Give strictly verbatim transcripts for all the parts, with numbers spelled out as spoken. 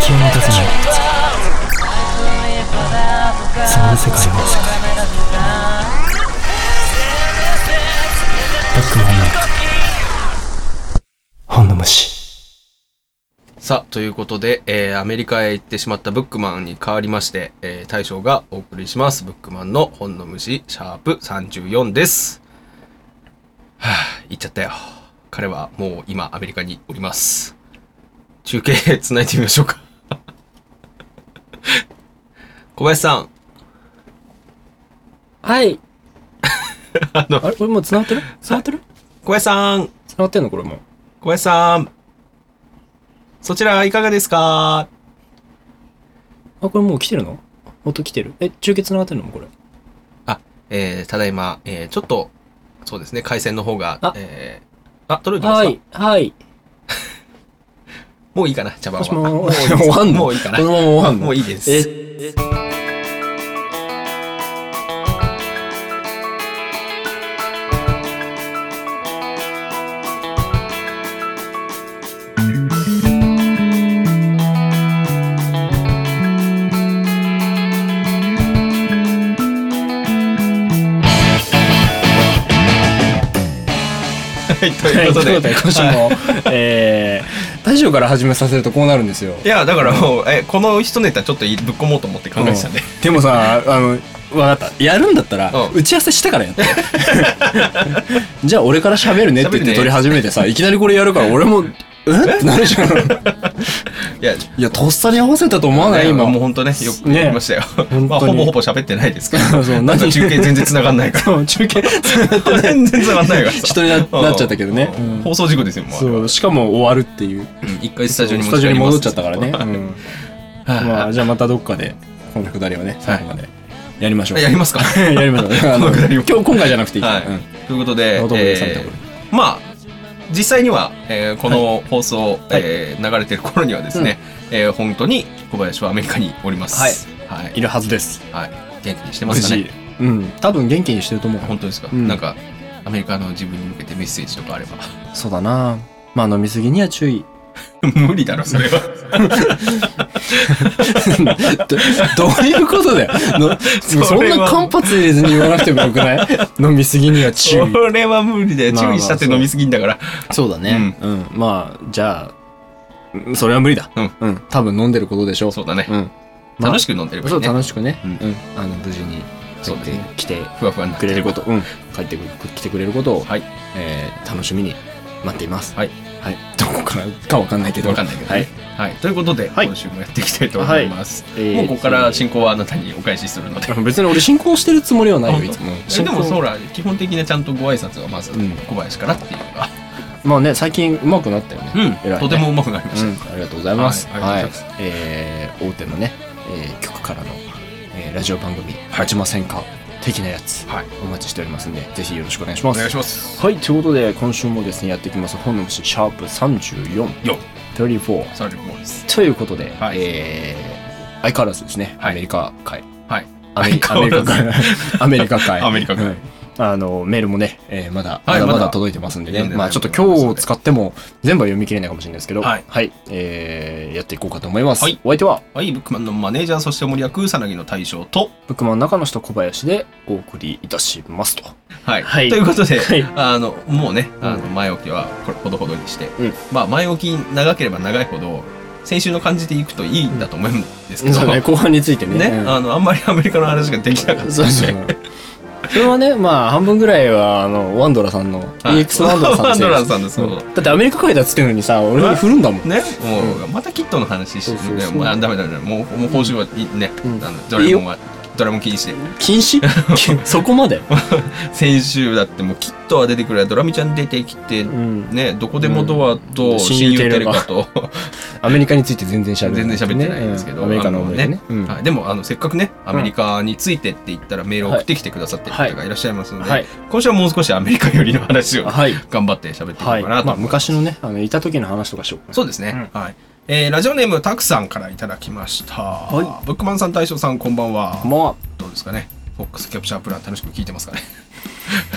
敵を持たせないそんな世界をブックマンの本の虫。 さあということで、えー、アメリカへ行ってしまったブックマンに代わりまして、えー、大将がお送りしますブックマンの本の虫シャープさんじゅうよんです。はぁ、行っちゃったよ。彼はもう今アメリカにおります。中継つないでみましょうか小林さん。 はいあのあれこれもう繋がってる繋がってる小林さん。 繋がってんのこれもう。 小林さん。そちらいかがですか？ あ、これもう来てるの？音来てる？え、中継繋がってんのもこれ。 あ、えー、ただいま、えー、ちょっと、そうですね、回線の方が、 あ、 えー、あ、届いてますか？ はい、はい。 もういいかな、茶番は。 もう、 もういいです終わんの？ もういいかな。 このまま終わんの？ もういいです。 え、 はい、ということで、 はい、今週も、えー、大将から始めさせるとこうなるんですよ。 いやだからもう、えこの一ネタちょっとぶっ込もうと思って考えてたんで、 うん、でもさ、あの分かった、やるんだったら、うん、打ち合わせしてからやってじゃあ俺から喋るねって言って撮り始めてさ、いきなりこれやるから俺もえってなるじゃんいやいや、とっさに合わせたと思わない？今もう本当ね、よくやりましたよ、ね、まあほぼほぼ喋ってないですけどそう、なんか中継全然繋がんないからそう中継全然繋がんないからさ人に な, なっちゃったけどね、 うん、放送事故ですよもう。 そう、しかも終わるっていう、 一回スタジオに戻っちゃったからね、うん、まあじゃあまたどっかでこのくだりをね最後までやりましょう。 やりますかやりましょうあの今日今回じゃなくていい、はい、うん、 ということで、えー、まあ実際には、えー、この放送、はい、えー、流れてる頃にはですね、うん、えー、本当に小林はアメリカにおります。 はい、はい、いるはずです。 はい、元気にしてますかね。 うん、多分元気にしてると思う。 本当ですか、うん、なんかアメリカの自分に向けてメッセージとかあれば。 そうだな、まあ飲みすぎには注意無理だろそれはど, どういうことだよの そ, そんな間髪入れずに言わなくてもよくない飲みすぎには注意。 それは無理だよ、注意したって飲みすぎんだから。 そうだね、うん、うん、まあじゃあそれは無理だ。うん、うん、多分飲んでることでしょう。 そうだね、うん、まあ、楽しく飲んでればいいね。 そう楽しくね、 うん、うん、 あの無事にそうですね、 来てふわふわにくれること、うん、帰って来てくれることを、 はい、 えー、楽しみに待っています。 はいはい、どこからかわかんないけど、 わかんないけど、ね、はい、はい、ということで、はい、今週もやっていきたいと思います。はい、もうここから進行はあなたにお返しするので。 別に俺進行してるつもりはないよいつも。 でもそうら基本的にちゃんとご挨拶はまず小林からっていうのが、 うん、まあね最近上手くなったよね。 うん、 ね、 とても上手くなりました、 うん。ありがとうございます。 はい、はい、 えー、大手のね、えー、局からの、えー、ラジオ番組勝ちませんか。的なやつ、はい、お待ちしておりますんでぜひよろしくお願いします。 お願いします。 はい、ということで今週もですねやっていきます本の虫シャープさんじゅうよん、よん、さんじゅうよん、さんじゅうよんです。ということで、はい、えー、相変わらずですね、はい、アメリカ会、はい、アメリカ会アメリカ会アメリカ会、はい、 あのメールもね、えー、まだまだまだ届いてますんでね、まあちょっと今日使っても全部は読み切れないかもしれないですけど、はい、はい、えー、やっていこうかと思います。はい、お相手は、 はい、ブックマンのマネージャーそして森役さなぎの大将とブックマン中の人小林でお送りいたしますと。 はい、はい、ということで、はい、あのもうねあの前置きはこれほどほどにして、うん、まあ前置き長ければ長いほど先週の感じでいくといいんだと思うんですけど、 うん、そうね、後半についてね、 ね、うん、あのあんまりアメリカの話ができなかったんで。そうそうそれはね、まあ半分ぐらいはあのワンドラさんの イーエックス ワンドラさんのせいワンドラさんです。 だってアメリカ会だっつってんのにさ俺に振るんだもんね。 もうまたキットの話してるね。もうダメだね。もうもう報酬はね、ドラえもんはドラえもん禁止で。 禁止？そこまで？ 先週だってもうキットは出てくる、ドラミちゃん出てきてね、どこでもドアと親友テレカとアメリカについて全然しゃべ全然喋ってないんですけど、 アメリカの思い出ね。 でもあのせっかくねアメリカについてって言ったらメールを送ってきてくださってる方がいらっしゃいますので、今週はもう少しアメリカ寄りの話を頑張って喋っていこうかなと。 昔のねあのいた時の話とかしよう。 そうですね。はい。えー、ラジオネームたくさんからいただきました、はい、ブックマンさん大将さんこんばんは。 こんばんは。 どうですかね、フォックスキャプチャープラン楽しく聞いてますかね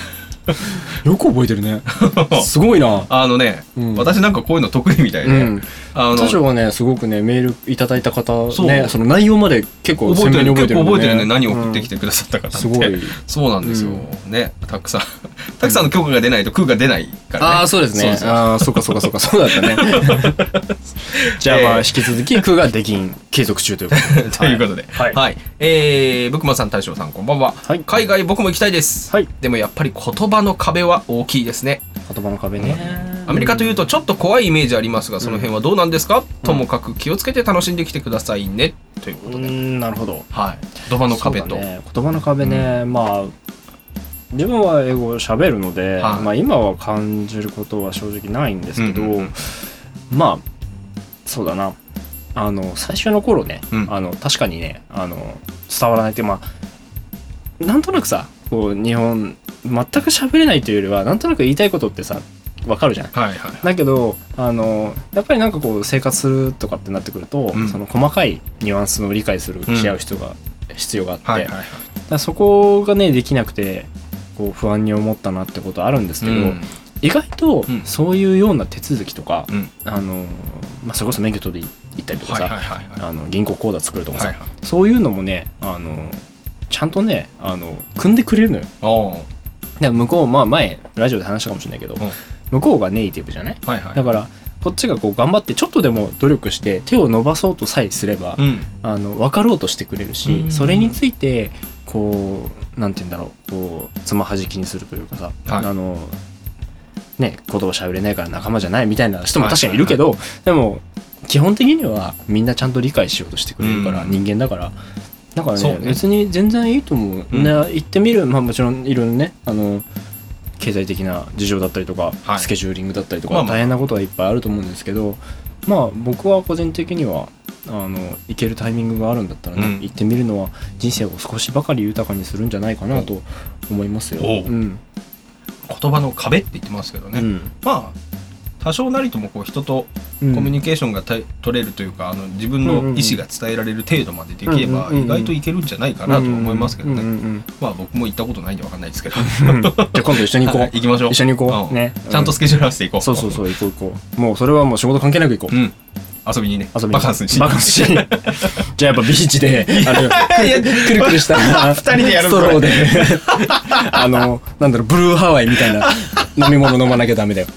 よく覚えてるね。すごいな。 あのね、うん、私なんかこういうの得意みたいで、うん、 あの他所はねすごくねメールいただいた方ね、その内容まで結構鮮明に覚えてる、ね、 結構覚えてるね。何を送ってきてくださった方って、うん、すごいそうなんですよ、うん、ね。たくさんたくさんの許可が出ないと空が出ないからね。 ああそうですね。そうそうああそうかそうかそうかそうだったね。じゃあまあ引き続き空ができん継続中ということでということで、はい、はい、えー、ブックマンさん大将さんこんばんは、はい、海外僕も行きたいです、はい、でもやっぱり言葉の壁は大きいですね。 言葉の壁ね、 アメリカというとちょっと怖いイメージありますが、その辺はどうなんですか、うん、ともかく気をつけて楽しんできてくださいねということで。うーんなるほど、 はい、言葉の壁と、 ね、言葉の壁ね、うん、まあ自分は英語を喋るので、はい、まあ、今は感じることは正直ないんですけど、うんうんうん、まあそうだな、あの最初の頃ね、うん、あの確かにねあの伝わらないって、まあなんとなくさこう日本全く喋れないというよりはなんとなく言いたいことってさ分かるじゃん、はいはい、だけどあのやっぱりなんかこう生活するとかってなってくると、うん、その細かいニュアンスの理解するし合う人が、うん、必要があって、はいはいはい、だそこがねできなくてこう不安に思ったなってことあるんですけど、うん、意外とそういうような手続きとか、うん、あのまあ、それこそ免許取り行ったりとかさ、はいはいはいはい、あの銀行口座作るとかさ、はいはい、そういうのもねあのちゃんとねあの組んでくれるのよ。で向こう、まあ、前ラジオで話したかもしれないけど、向こうがネイティブじゃない、はいはい、だからこっちがこう頑張ってちょっとでも努力して手を伸ばそうとさえすれば、うん、あの分かろうとしてくれるし、うん、それについてこうなんて言うんだろうこうつまはじきにするというかさ、はい、あのね言葉喋れないから仲間じゃないみたいな人も確かにいるけど、はいはいはい、でも基本的にはみんなちゃんと理解しようとしてくれるから、うん、人間だからだから ね, ね別に全然いいと思う、うん、ね、行ってみる、まあ、もちろんいろいろねあの経済的な事情だったりとか、はい、スケジューリングだったりとか、まあまあ、大変なことはいっぱいあると思うんですけど、まあ僕は個人的にはあの行けるタイミングがあるんだったらね、うん、行ってみるのは人生を少しばかり豊かにするんじゃないかなと思いますよ、うん、 言葉の壁って言ってますけどね、うん、まあ多少なりともこう人とコミュニケーションがた、うん、取れるというかあの自分の意思が伝えられる程度までできれば意外といけるんじゃないかなと思いますけどね、うんうんうん、まあ僕も行ったことないんで分かんないですけど、 うん、じゃあ今度一緒に行こう行きましょう一緒に行こう、ね、 ちゃんとスケジュール合わせて行こう、 そうそうそう行こう行こうもうそれはもう仕事関係なく行こう、うん、 遊びにね遊びにバカンスにしバカンスしじゃあやっぱビーチであのくるくるしたふたりでやるストローであのなんだろうブルーハワイみたいな飲み物飲まなきゃダメだよ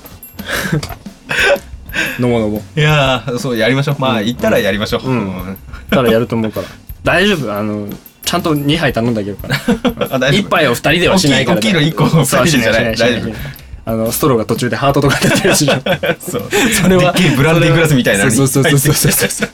飲もう飲もういやそうやりましょうまあ、うん、行ったらやりましょう、うんうん、行ったらやると思うから大丈夫あのちゃんとにはい頼んであげるからいっぱいをふたりではしないから大きいのいっこふたりでじゃない大丈夫あのストローが途中でハートとか出てるしそうそれはでっけえブランデーグラスみたいなそうそうそうそうそうそう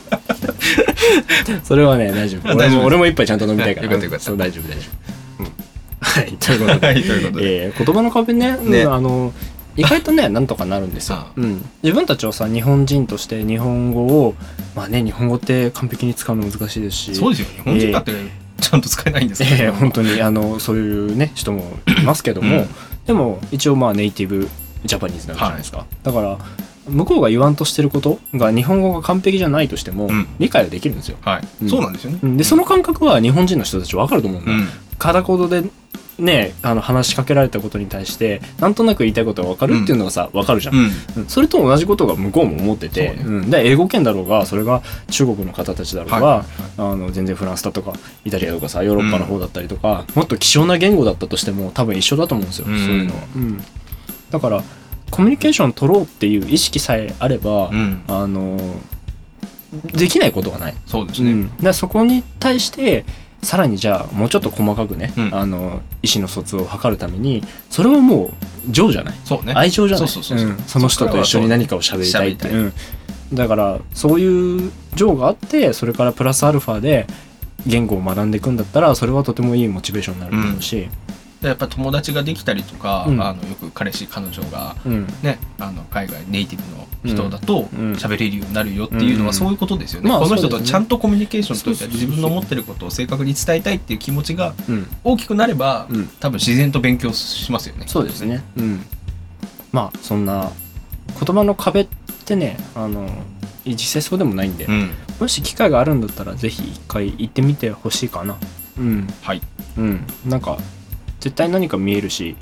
それはね大丈夫俺も俺も一杯ちゃんと飲みたいから、 よかったよかったそう大丈夫大丈夫、うん、はいということで、はい、ということで、えー、言葉の壁ね、ね、あの意外とねなんとかなるんですよ、うん、自分たちはさ日本人として日本語をまあね日本語って完璧に使うの難しいですしそうですよ日本人だって、えー、ちゃんと使えないんですよ、えー、本当にあのそういうね人もいますけども、うん、でも一応まあネイティブジャパニーズなんじゃないですか、はい、だから向こうが言わんとしてることが日本語が完璧じゃないとしても、うん、理解はできるんですよ、 はいうん、そうなんですよね、 でその感覚は日本人の人たち分かると思うんだ、うん、片言でね、あの話しかけられたことに対してなんとなく言いたいことが分かるっていうのがさ、うん、分かるじゃん、うんうん、それと同じことが向こうも思ってて、ねうん、で英語圏だろうがそれが中国の方たちだろうが、はいはいはい、あの全然フランスだとかイタリアとかさヨーロッパの方だったりとか、うん、もっと希少な言語だったとしても多分一緒だと思うんですよ、うん、そういうのは、うん、だからコミュニケーション取ろうっていう意識さえあれば、うん、あのできないことがない。 そうですね、うん、 でそこに対してさらにじゃあもうちょっと細かくね、うん、あの意思の疎通を図るためにそれはもう情じゃない、 そうね、 愛情じゃない、 そうそうそうそう、うん、 その人と一緒に何かを喋りたいって、うん、だからそういう情があってそれからプラスアルファで言語を学んでいくんだったらそれはとてもいいモチベーションになると思うし、 うん、やっぱ友達ができたりとか、うん、あのよく彼氏彼女が、うんね、あの海外ネイティブの人だと喋れるようになるよっていうのはそういうことですよね、うんうん、この人とちゃんとコミュニケーションとして自分の持ってることを正確に伝えたいっていう気持ちが大きくなれば、うん、多分自然と勉強しますよね。 そうですね、うん、まあそんな言葉の壁ってねあの実際そうでもないんで、うん、もし機会があるんだったらぜひ一回行ってみてほしいかな。うん、 はい、 うん、なんか絶対何か見えるし、うん、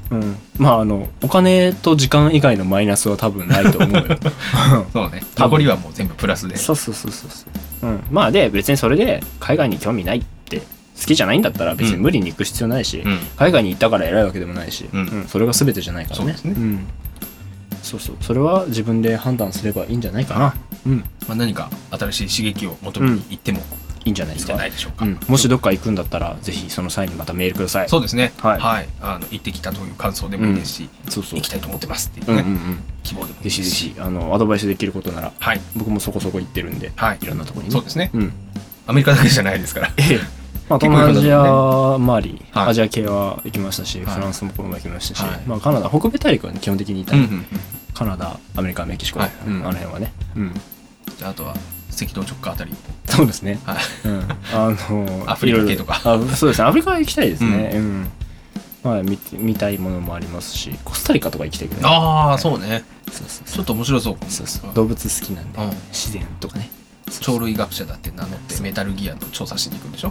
うん、まああのお金と時間以外のマイナスは多分ないと思うよそうね、残りはもう全部プラスで。 そうそうそうそう、うん、まあで別にそれで海外に興味ないって好きじゃないんだったら別に無理に行く必要ないし、うん、海外に行ったから偉いわけでもないし、うんうん、それが全てじゃないからね。そうですね、うん、そうそう、それは自分で判断すればいいんじゃないかな、うんまあ、何か新しい刺激を求めに行っても、うんいいんじゃないですか。 いいんじゃないでしょうか、うん、 もしどっか行くんだったらぜひその際にまたメールください。 そうですね、はい、はい、あの行ってきたという感想でもいいですし、うん、そうそう行きたいと思ってますっていうね、うんうんうん、希望でもいいですし、ぜひぜひあのアドバイスできることなら、はい、僕もそこそこ行ってるんで、はい、いろんなところに、ね、 そうですね、うん、アメリカだけじゃないですから、ええ、 まあ、東南アジア周り、はい、アジア系は行きましたし、はい、フランスもこの前行きましたし、はいまあ、カナダ北米大陸は、ね、基本的にいた、うんうんうん、カナダアメリカメキシコ、はいうん、あの辺はね、うん、 じゃあ、あとは赤道直下あたり。 そうですね、はいうん、あのアフリカ系とかあそうですね、アフリカは行きたいですね、うんうんまあ、見, 見たいものもありますし、コスタリカとか行きたいけどね。 ああそうね、そうそうそう、ちょっと面白そう。 そうそう、動物好きなんで、うん、自然とかね。 鳥類学者だって名乗ってメタルギアの調査しに行くんでしょ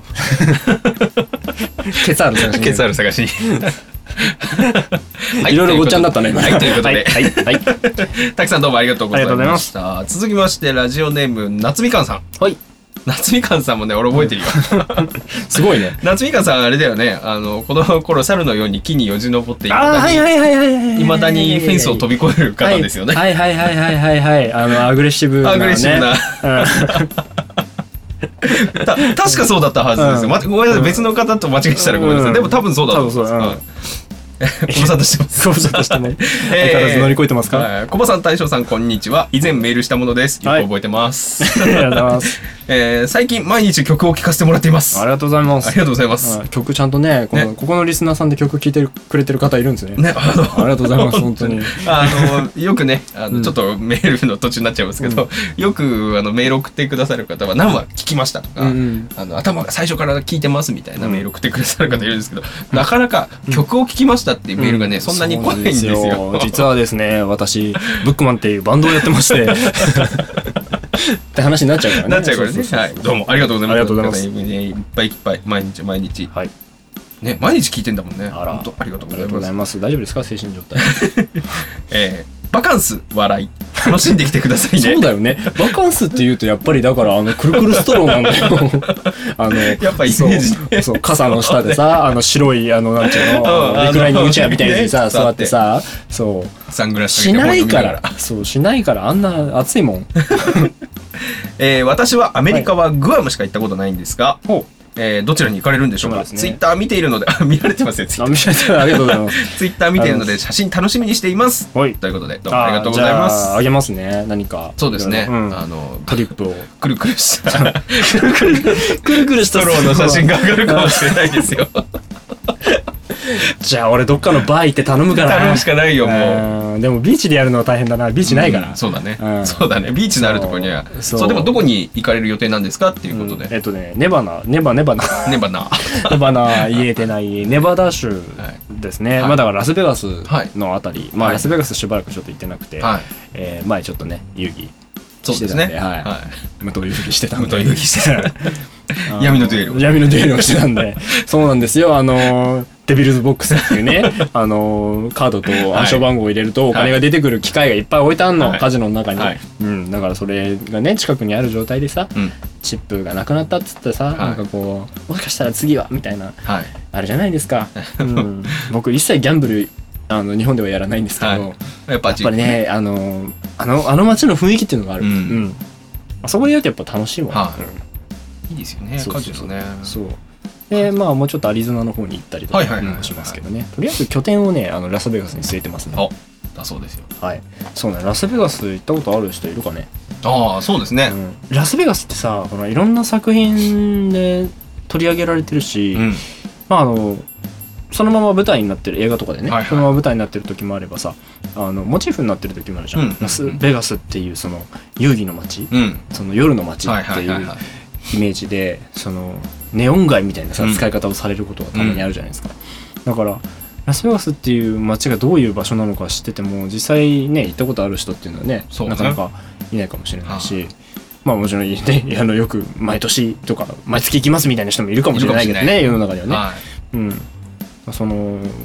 ケツァール探しにケツァール探しにはい、いろいろごっちゃになったね。 はい、ということで、はいはいはい、たくさんどうもありがとうございました。 した続きましてラジオネーム夏みかんさん。 はい。 夏みかんさんもね、俺覚えてるよ。 すごいね。 夏みかんさんあれだよね。あの子供の頃猿のように木によじ登っていまだにいまだにフェンスを飛び越える方ですよね。 はいはいはいはいはいはい。あのアグレッシブなね。 アグレッシブな。た確かそうだったはずですよ。ま、ごめんなさい、別の方と間違えしたらごめんなさい。でも多分そうだと思います。コバさんとしてます。 コバさんとしてね。相変わらず乗り越えてますか。 コバさん、大将さん、こんにちは。以前メールしたものです。よく覚えてます。 ありがとうございます。 えー、最近毎日曲を聴かせてもらっています。 ありがとうございます。 ありがとうございます。 曲ちゃんとね、この、ね、ここのリスナーさんで曲聴いてくれてる方いるんですね。ね、あの、ありがとうございます。本当に。あの、よくね、あの、うん、ちょっとメールの途中になっちゃいますけど、うん、よくあのメール送ってくださる方は何話聞きましたとか、うん、あの頭が最初から聞いてますみたいなメール送ってくださる方いるんですけど、うん、なかなか曲を聴きましたっていうメールがね、うん、そんなに来ないんですよ。 実はですね、私ブックマンっていうバンドをやってましてって話になっちゃうからね。 なっちゃうからね。はい、どうもありがとうございます。 ありがとうございます。 いっぱいいっぱい毎日毎日。はい。ね、毎日聞いてんだもんね。 あら、 本当ありがとうございます。大丈夫ですか、精神状態。 えー、バカンス笑い楽しんできてくださいね。 そうだよね。バカンスって言うとやっぱりだからあのくるくるストローなんだよ。あのやっぱイメージ、 ね、そう傘の下でさ、あの白いあのなんていうの、リクライニングチェアみたいなやつにさ、座ってさ、そうサングラスしないから、そうしないからあんな暑いもん。 えー、私はアメリカはグアムしか行ったことないんですが、はい、えー、どちらに行かれるんでしょうか。ね、ツイッター見ているので、あ、見られてますよ。ツイッター。 あ、見られてありがとうございます。 ツイッター見ているので写真楽しみにしています。はい。ということでどうもありがとうございます。 あげますね。何か。 そうですね。うん、あのトリップをくるくるしたくるくるくるくるしたストローの写真が上がるかもしれないですよ。 じゃあ俺どっかのバー行って頼むから。 頼むしかないよもう。でもビーチでやるのは大変だな。ビーチないから。 うん、そうだね、うん。そうだね。ビーチのあるところには。そう。そうでもどこに行かれる予定なんですかっていうことで。うん、 えっとね、ネバナ、ネバネバナ、 ネバナ、 ネバナ言えてないネバダ州ですね。はい、まあだからラスベガスのあたり、はい、まあラスベガスしばらくちょっと行ってなくて、はい、えー、前ちょっとね遊戯してたんで、はい、はい、無糖遊戯してたんで、 無糖遊戯してた。闇のデュエルを闇のデュエルをしてたんで、そうなんですよ。あのデビルズボックスっていうね、あのカードと暗証番号を入れるとお金が出てくる機械がいっぱい置いてあんの、はい、カジノの中に、はい、うん、だからそれがね近くにある状態でさ、うん、チップがなくなったっつってさ、はい、なんかこうもしかしたら次はみたいな、はい、あるじゃないですか。うん、僕一切ギャンブルあの日本ではやらないんですけど、はい、やっぱやっぱりね、あのあのあの街の雰囲気っていうのがある、うんうん、あそこでやるとやっぱ楽しいもん、はい、 うん、いいですよね。カジノね。 そうで、まあもうちょっとアリゾナの方に行ったりとかしますけどね。とりあえず拠点をね、あのラスベガスに据えてますね。 あ、だそうですよ。 はい。そうね、ラスベガス行ったことある人いるかね。 ああ、そうですね、 うん。ラスベガスってさ、このいろんな作品で取り上げられてるし、うん、まああのそのまま舞台になってる映画とかでね、はいはい、そのまま舞台になってる時もあればさ、あのモチーフになってる時もあるじゃん。うんうんうん、ラスベガスっていうその遊戯の街、うん、その夜の街っていう。イメージでそのネオン街みたいなさ、うん、使い方をされることがたまにあるじゃないですか、うん、だからラスベガスっていう街がどういう場所なのか知ってても実際ね行ったことある人っていうのは ね, ねなかなかいないかもしれないし、まあもちろんねあのよく毎年とか毎月行きますみたいな人もいるかもしれないけどね世の中にはね、はい、うん、その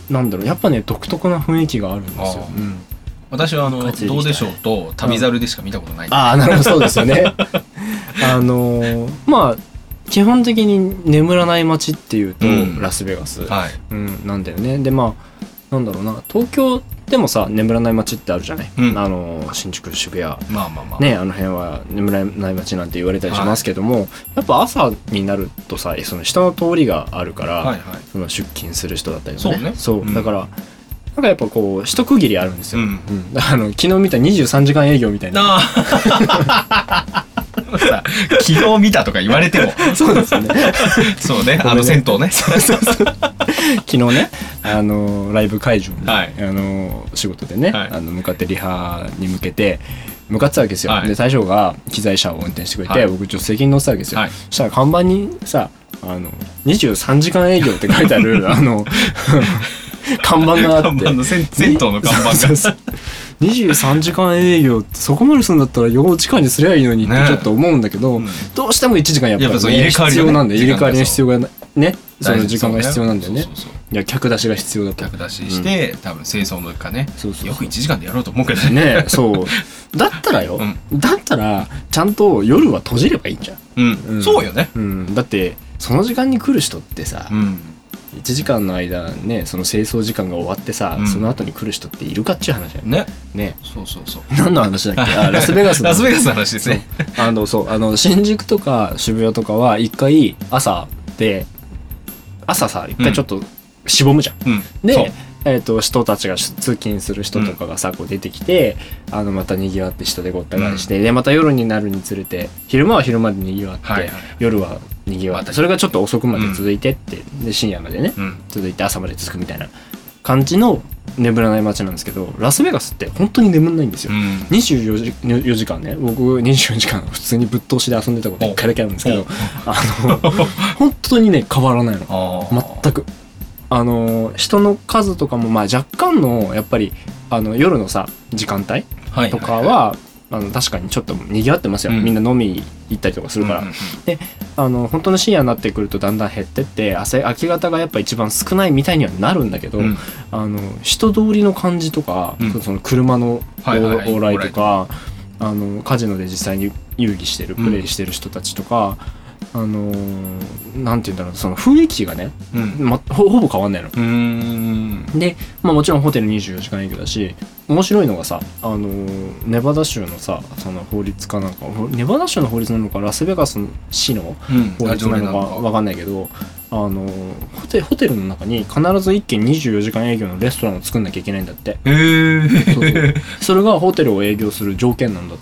なんだろうやっぱね独特な雰囲気があるんですよ。うん、 私はあのどうでしょうと旅猿でしか見たことない、うん、 ああなるほどそうですよねあのー、まあ基本的に眠らない街っていうと、うん、ラスベガス、はいうん、なんだよね。でまあなんだろうな東京でもさ眠らない街ってあるじゃない、うん、あの新宿渋谷、まあまあまあね、あの辺は眠らない街なんて言われたりしますけども、はい、やっぱ朝になるとさその下の通りがあるから、はいはい、その出勤する人だったりとかね、そうねそう、うん、だからなんかやっぱこう一区切りあるんですよ、うんうん、あの昨日見たにじゅうさんじかん営業みたいなあ昨日見たとか言われてもそうですよねそうねあの銭湯ねそうそうそう昨日ねあのライブ会場に、はい、あの仕事でね、はい、あの向かってリハに向けて向かってたわけですよ、はい、で大将が機材車を運転してくれて、はい、僕助手席に乗ってたわけですよ、はい、そしたら看板にさあのにじゅうさんじかん営業って書いてあるあの看板があって看板の銭湯の看板がそうそうにじゅうさんじかん営業ってそこまでするんだったらよじかんにすりゃいいのにってちょっと思うんだけど、ねうん、どうしてもいちじかんやっぱり、ね、 入れ替わり、ね、 必要なんで入れ替わりの必要がねその時間が必要なんだよね。そうそうそういや客出しが必要だと客出しして、うん、多分清掃のかねそうそうそうよくいちじかんでやろうと思うけどねそうだったらよ、うん、だったらちゃんと夜は閉じればいいんじゃん、 うんうん、そうよね、 うん、だってその時間に来る人ってさ、うんいちじかんの間ねその清掃時間が終わってさ、うん、その後に来る人っているかっちゅう話だよね。 ねそうそうそう何の話だっけあラスベガスのラスベガスの話ですねあのそうあの新宿とか渋谷とかは一回朝で朝さ一回ちょっとしぼむじゃん、うん、でえー、と人たちが通勤する人とかがさこう出てきて、うん、あのまたにぎわって人でごった返して、うん、でまた夜になるにつれて昼間は昼間でにぎわって、はいはい、夜はにぎわってそれがちょっと遅くまで続いてって、うん、で深夜までね、うん、続いて朝まで続くみたいな感じの眠らない街なんですけどラスベガスって本当に眠んないんですよ、うん、にじゅうよじ、よじかんね僕にじゅうよじかん普通にぶっ通しで遊んでたこといっかいだけあるんですけどあの本当にね変わらないの全くあの人の数とかもまあ若干のやっぱりあの夜のさ時間帯とかは、はいはいはい、あの確かにちょっと賑わってますよ、うん、みんな飲み行ったりとかするから、うんうんうん、であの本当の深夜になってくるとだんだん減ってって朝明け方がやっぱ一番少ないみたいにはなるんだけど、うん、あの人通りの感じとか、うん、その車の往来とか、あのカジノで実際に遊戯してるプレイしてる人たちとか、うん、あのー、なんて言うんだろうその雰囲気がね、うんま、ほ, ほぼ変わんないの。うーんで、まあ、もちろんホテルにじゅうよじかん営業だし面白いのがさ、あのー、ネバダ州のさその法律かなんかネバダ州の法律なのかラスベガス市の法律なのか分かんないけど、あのホテ、ホテルの中に必ずいっけんにじゅうよじかん営業のレストランを作んなきゃいけないんだって。へーそうそうそれがホテルを営業する条件なんだって。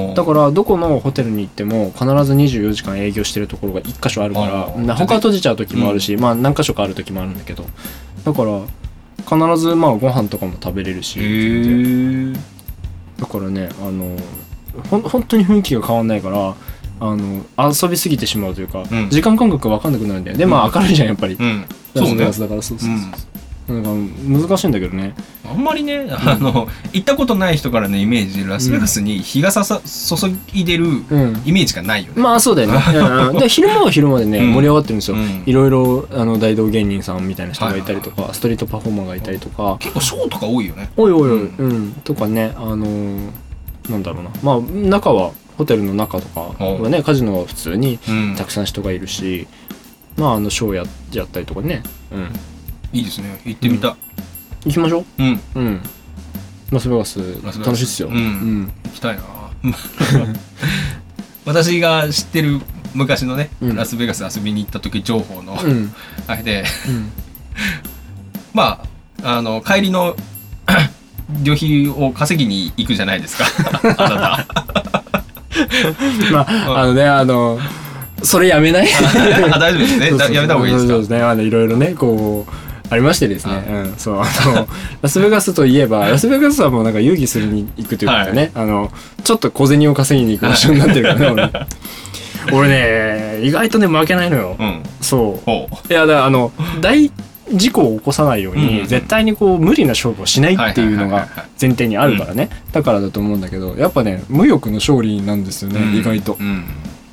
だからどこのホテルに行っても必ずにじゅうよじかん営業してるところがいっかしょあるから他閉じちゃう時もあるし、うん、まあ何か所かある時もあるんだけどだから必ずまあご飯とかも食べれるし、へーだからねあのほん本当に雰囲気が変わんないからあの遊びすぎてしまうというか、うん、時間感覚が分かんなくなるんだよ。でまあ明るいじゃんやっぱり、うん、ラスベガスだからそうそうそう、うん、なんか難しいんだけどねあんまりねあの行ったことない人からのイメージラスベガスに日がささ注いでるイメージがないよね、 うん、まあそうだよねで昼間は昼間でね、うん、盛り上がってるんですよ、うん、いろいろあの大道芸人さんみたいな人がいたりとか、はいはいはい、ストリートパフォーマーがいたりとか結構ショーとか多いよねおいおいおい、うんうん、とかねあのー、なんだろうなまあ中はホテルの中とかはねカジノは普通にたくさん人がいるし、うん、まああのショー や, やったりとかね、うん、 いいですね行ってみた、うん、 行きましょううんうんラスベガス楽しいっすよ、うんうん、 行きたいな私が知ってる昔のね、うん、ラスベガス遊びに行った時情報の、うん、あれで、うん、まああの帰りの旅費を稼ぎに行くじゃないですかあなたまああのねあのそれやめないあ大丈夫ですねそうそうそうやめた方がいいですかそうですねあのいろいろねこうありましてですね、うん、そうあのラスベガスといえばラスベガスはもうなんか遊戯するに行くというかね、はい、あのちょっと小銭を稼ぎに行く場所になってるからね、はい、俺, 俺ね意外とね負けないのよ、うん、そういやだからあの大事故を起こさないように、うんうん、絶対にこう無理な勝負をしないっていうのが前提にあるからね、だからだと思うんだけどやっぱね無欲の勝利なんですよね、うん、意外と、うん、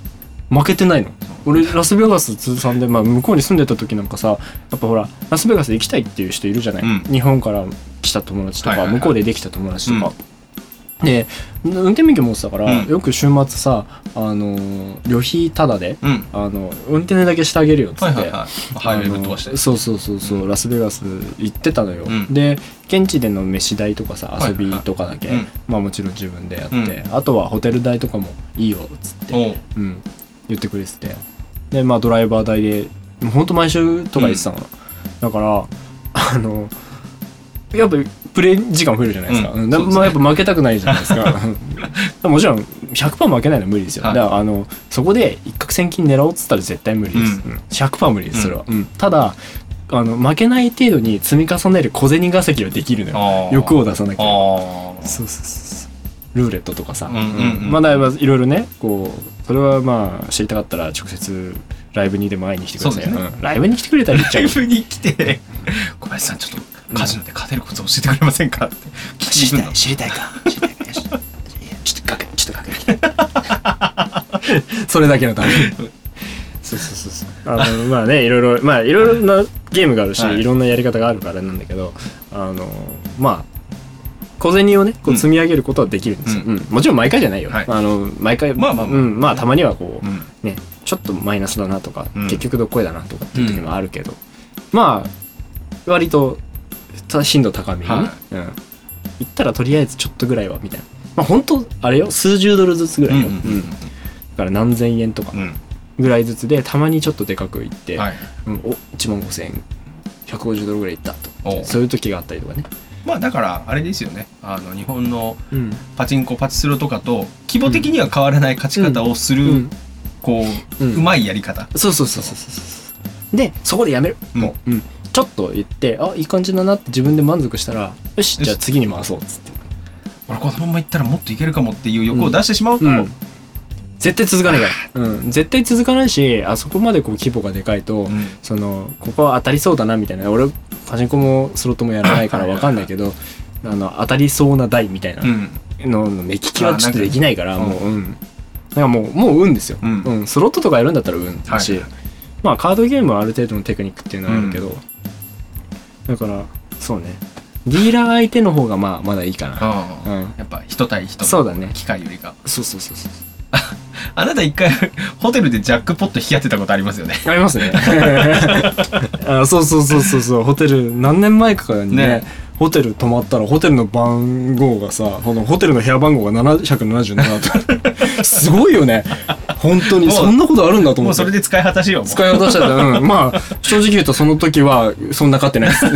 負けてないの。俺ラスベガス通算で、まあ、向こうに住んでた時なんかさ、やっぱほらラスベガス行きたいっていう人いるじゃない、うん、日本から来た友達とか、はいはいはい、向こうでできた友達とか、うん、で運転免許持ってたから、うん、よく週末さ、あの旅費タダで、うん、あの運転だけしてあげるよっつって、はいはいはい、ハイウェイぶっ飛ばして、そうそうそうそう、うん、ラスベガス行ってたのよ、うん、で現地での飯代とかさ遊びとかだけ、はいはいはい、まあもちろん自分でやって、うん、あとはホテル代とかもいいよっつって、うん、言ってくれてて、でまあドライバー代でほんと毎週とか言ってたの、うん、だからあのやっぱプレイ時間増えるじゃないですか、うんうん、まあ、やっぱ負けたくないじゃないですかもちろん ひゃくパーセント 負けないのは無理ですよ、はい、だからあのそこで一攫千金狙おうっつったら絶対無理です、うん、ひゃくパーセント 無理ですそれは、うん、ただあの負けない程度に積み重ねる小銭稼ぎはできるのよ、欲を出さなきゃ。そうそうそうルーレットとかさ、うんうんうん、まだいろいろねこうそれはまあ知りたかったら直接ライブにでも会いに来てくださいよ、ね、うん、ライブに来てくれたら言っちゃう。ライブに来て小林さんちょっとカジノで勝てるコツ教えてくれませんかって、うん、知りたい知りたいか知りたいかよしちょっとかけちょっとかけそれだけのためにそうそうそうそうあのまあねいろいろまあいろいろなゲームがあるし、はい、いろんなやり方があるからなんだけど、あのまあ小銭をねこう積み上げることはできるんですよ、うんうん、もちろん毎回じゃないよ、はい、あの毎回まあまあまあ、うん、まあたまにはこう、うん、ねちょっとマイナスだなとか、うん、結局どっこいだなとかっていう時もあるけど、うん、まあ割と頻度高めにね、はい、うん、言ったらとりあえずちょっとぐらいはみたいな、まあ本当あれよ数十ドルずつぐらいよ、うんうんうんうん、だから何千円とかぐらいずつでたまにちょっとでかくいって、はい、うん、おいちまんごせんえんひゃくごじゅうドルぐらいいったと、そういう時があったりとかね。 まあだからあれですよね、あの日本のパチンコパチスロとかと規模的には変わらない勝ち方をする、うんうん、こう、うん、うまいやり方。 そうそうそうそうそうでそこでやめる、うん、もう、うん、ちょっと言ってあいい感じだなって自分で満足したらよしじゃあ次に回そうっつって、 俺このままいったらもっといけるかもっていう欲を出してしまうと、うんうん、 絶対続かないから、うん、絶対続かないし、あそこまでこう規模がでかいと、うん、そのここは当たりそうだなみたいな、俺パチンコもスロットもやらないから分かんないけどあの当たりそうな台みたいなのの目利きはちょっとできないから、もう、うん、なんかもうもう運ですよ、うんうん、スロットとかやるんだったら運だし、はい、まあカードゲームはある程度のテクニックっていうのはあるけど、うん、だからそうねディーラー相手の方がまあまだいいかな、 うん、やっぱ人対人の機械よりか、 そうそうそうそうあなた一回ホテルでジャックポット引き当てたことありますよね。 ありますねあそうそうそうそうそうホテル何年前かにね、ねホテル泊まったらホテルの番号がさこのホテルの部屋番号がななひゃくななじゅうななとすごいよね本当にそんなことあるんだと思って、 もうそれで使い果たしよう使い果たしちゃった、うん、まあ正直言うとその時はそんな買ってないです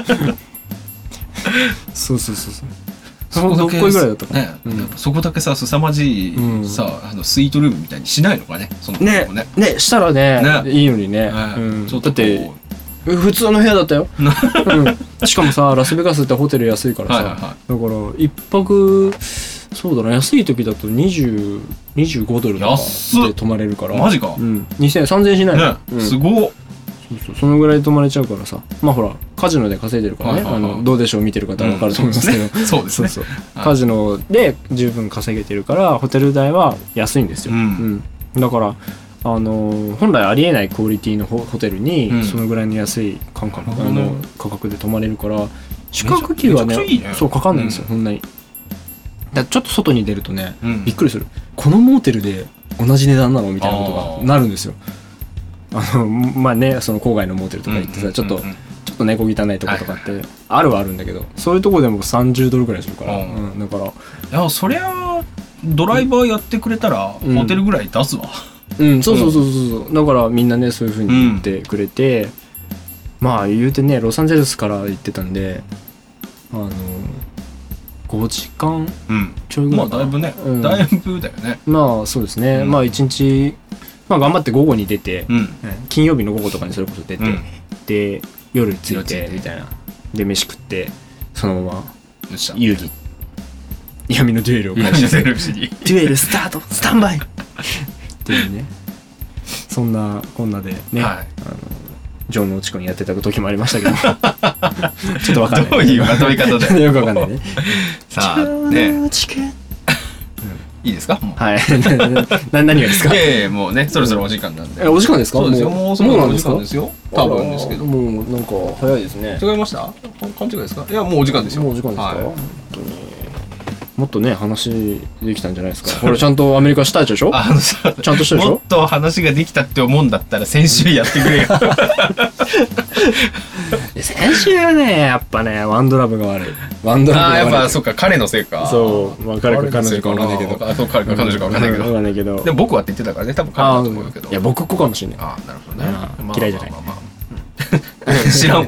そうそうそうそうそこだけぐらいだったかな、ね、 うん、そこだけさ凄まじい、うん、さあのスイートルームみたいにしないのかね、そのねねねしたら ね, ねいいのにね、うん、ちょっとだって普通の部屋だったよ、うん、しかもさラスベガスってホテル安いからさ、はいはいはい、だから一泊そうだな安い時だとにじゅう、にじゅうごドルとかで泊まれるから、 マジか、 うん、にせんえんさんぜんえんしないの、ね、うん、 すごっ、 そうそうそのぐらいで泊まれちゃうからさ、まあほらカジノで稼いでるからね、はいはいはい、あのどうでしょう見てる方は分かると思いますけど、 うん、そうですね、 そうそうそうカジノで十分稼げてるからホテル代は安いんですよ、うんうん、だからあの本来ありえないクオリティの ホ, ホテルにそのぐらいの安い感覚、うん、あの価格で泊まれるから宿泊費は ね, いいねそうかかんないんですよ、うん、そんなにだちょっと外に出るとね、うん、びっくりする、このモーテルで同じ値段なのみたいなことがなるんですよ。あのまあねその郊外のモーテルとか行ってさ、うん、ちょっと、うん、ちょっと猫汚いとことかってあるはあるんだけど、はいはい、そういうとこでもさんじゅうドルぐらいするから、うん、だからいやそりゃドライバーやってくれたらホテルぐらい出すわ、 うん、うん、そうそうそうそうだからみんなねそういう風に言ってくれて、うん、まあ言うてねロサンゼルスから行ってたんであのごじかんちょいぐらい、 うん、まあだいぶね、うん、だいぶだよね、 まあそうですね、うん、まあいちにちまあ頑張って午後に出て、うん、金曜日の午後とかにそれこそ出て、うん、で夜着いてみたいなで飯食ってそのまま遊戯闇のデュエルを開始してデュエルスタートスタンバイっていうねそんなこんなでね、はい、あの城之内湖にやってた時もありましたけどちょっとわかんないどういうまとめ方だよよくわかんないねさあねいいですか？もうはいな何がですか？ いやいやもうねそろそろお時間なんで。 えお時間ですか？ そうですよ。もうそろそろお時間ですよ。多分ですけど。 もうなんか早いですね。 違いました？勘違いですか？いやもうお時間ですよ。 もうお時間ですか？ はい、 本当にもっとね話できたんじゃないですか。これちゃんとアメリカしたでしょ？ あのさちゃんとしたでしょ？ もっと話ができたって思うんだったら先週やってくれよ先週はねやっぱねワンドラブが悪い。ワンドラブが悪い。 ああやっぱそっか彼のせいか。 そうまあ彼か彼女か分かんないけど。 あそう彼か彼女か分かんないけど。 分かんないけど。 でも僕はって言ってたからね多分彼だと思うけど。 いや僕っ子かもしれない。 ああなるほどね。 嫌いじゃない。 知らん。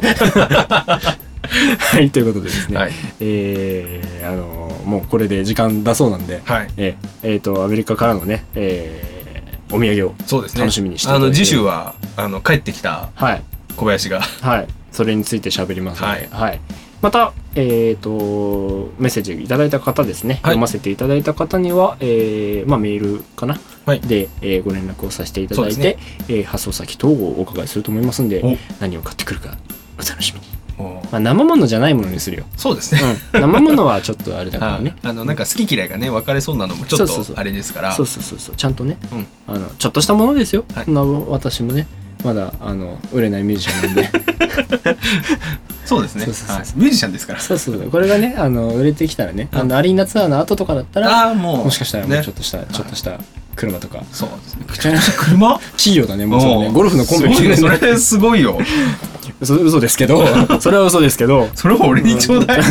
はいということでですね。 はい、 えー、あのもうこれで時間だそうなんで、 はい、 えー、えーとアメリカからのね、えー、お土産を楽しみにしていただいて、 あの次週はあの帰ってきた小林が、 はい、はい、それについて喋りますので、はいはい、また、えーとメッセージいただいた方ですね、はい、読ませていただいた方には、えーまあ、メールかな、はい、で、えー、ご連絡をさせていただいて、ねえー、発送先等をお伺いすると思いますので、何を買ってくるかお楽しみに。まあ、生ものじゃないものにするよ。 そうですね、 うん、生ものはちょっとあれだからねあのなんか好き嫌いがね分かれそうなのもちょっとあれですから、 そうそうそうそうちゃんとね、うん、あのちょっとしたものですよ、はい、私もねまだあの売れないミュージシャンなんでそうですね、そうそうそう、はい、ミュージシャンですから。 そうそうこれがねあの売れてきたらね、うん、あのアリーナツアーの後とかだったらあもうもしかしたらもうちょっとした、ね、ちょっとした車とか。 そうですね。車？ 企業だねもうそれねゴルフのコンペみたいな。 それすごいよ。 嘘嘘ですけどそれは嘘ですけどそれは俺にちょうだい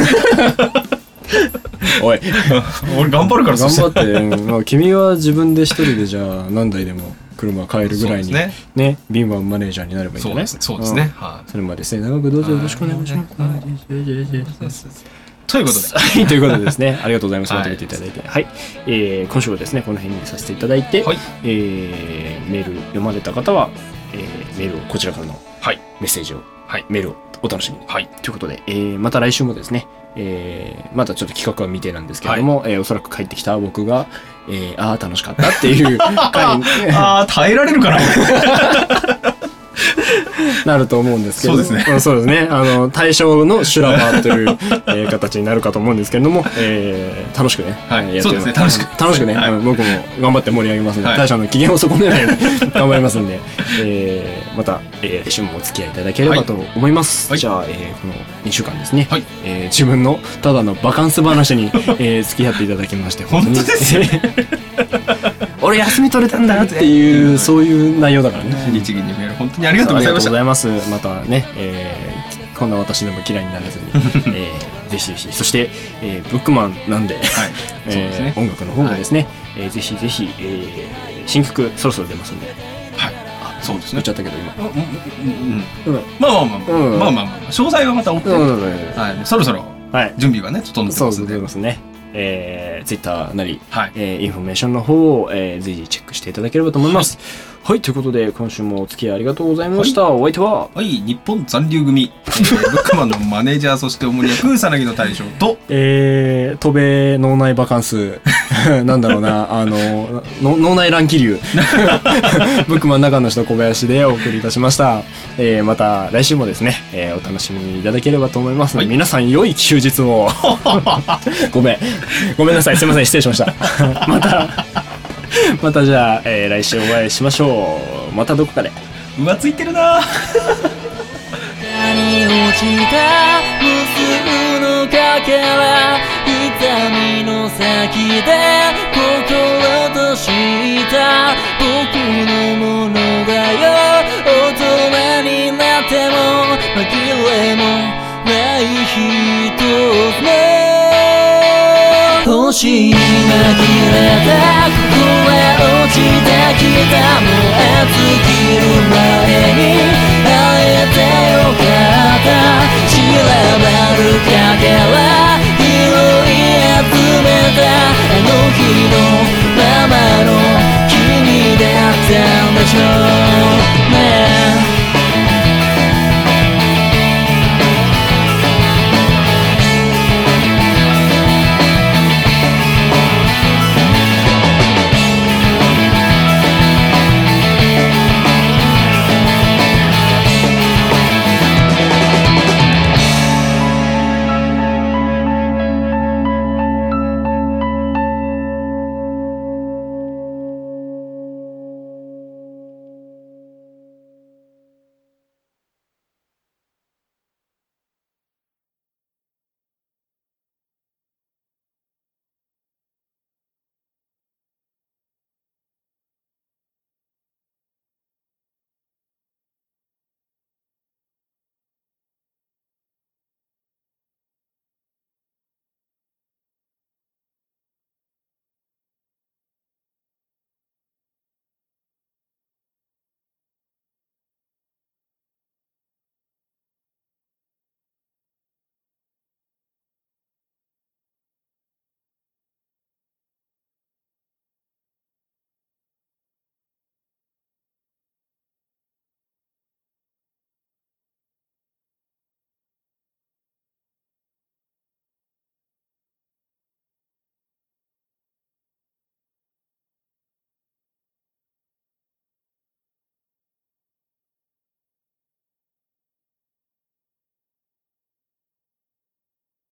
おい俺頑張るから。 頑張って、まあ、君は自分で一人でじゃあ何台でも車買えるぐらいにね敏腕マネージャーになればいいんじゃない？ そうですね、はい、 それまで末永くどうぞよろしくお願いします。 ということでということでですねありがとうございます。まとめていただいて、はい、えー、今週はですねこの辺にさせていただいて、はい、えー、メール読まれた方は、えー、メールをこちらからのメッセージを、はい、メールをお楽しみに、はい、ということで、えー、また来週もですね、えー、またちょっと企画は未定なんですけれども、はい、えー、おそらく帰ってきた僕が、えー、ああ楽しかったっていう回ああ耐えられるかななると思うんですけど、 そうですね、 そうですね、あの対象の修羅場という、えー、形になるかと思うんですけれども、えー、楽しくね、 はい、やってそうですね、楽しく楽しくね、はい、僕も頑張って盛り上げますので、はい、大将の機嫌を損ねないように頑張りますので、えー、また、えー、来週もお付き合いいただければと思います、はい、じゃあ、えー、このにしゅうかんですね、はい、えー、自分のただのバカンス話に、えー、付き合っていただきまして本当ですよね俺休み取れたんだっていうそういう内容だからね。 日銀にメール本当にありがとうございました。 ありがとうございます。またね、えー、こんな私でも嫌いにならずに、えー、ぜひぜひそして、えー、ブックマンなんで、はいえーでね、音楽の方もですね、はいえー、ぜひぜひ、えー、新曲そろそろ出ますんで、 はい、あそうですね。 言っちゃったけど今、うんうんうん、まあまあまあまあ、うん、まあまあまあ詳細はまた追って、うんはい、そろそろ準備がね整ってますんで、そうですね。えー、ツイッターなり、はいえー、インフォメーションの方を、えー、随時チェックしていただければと思います。はい、はい、ということで今週もお付き合いありがとうございました。はい、お相手ははい日本残留組、えー、ブックマンのマネージャーそして主に役さなぎの大将とえー、渡米脳内バカンスなんだろうなあの脳内乱気流ブックマン中の人小林でお送りいたしました。えー、また来週もですね、えー、お楽しみにいただければと思いますので、はい、皆さん良い休日をごめんごめんなさいすいません失礼しましたまたまたじゃあ、えー、来週お会いしましょう。またどこかで浮ついてるなに落ちた無数のかけら痛みの先で心とした僕のものだよ。大人になっても紛れもない一つの星に紛れたここへ落ちてきた燃え尽きる前に会えてよかった散らばる影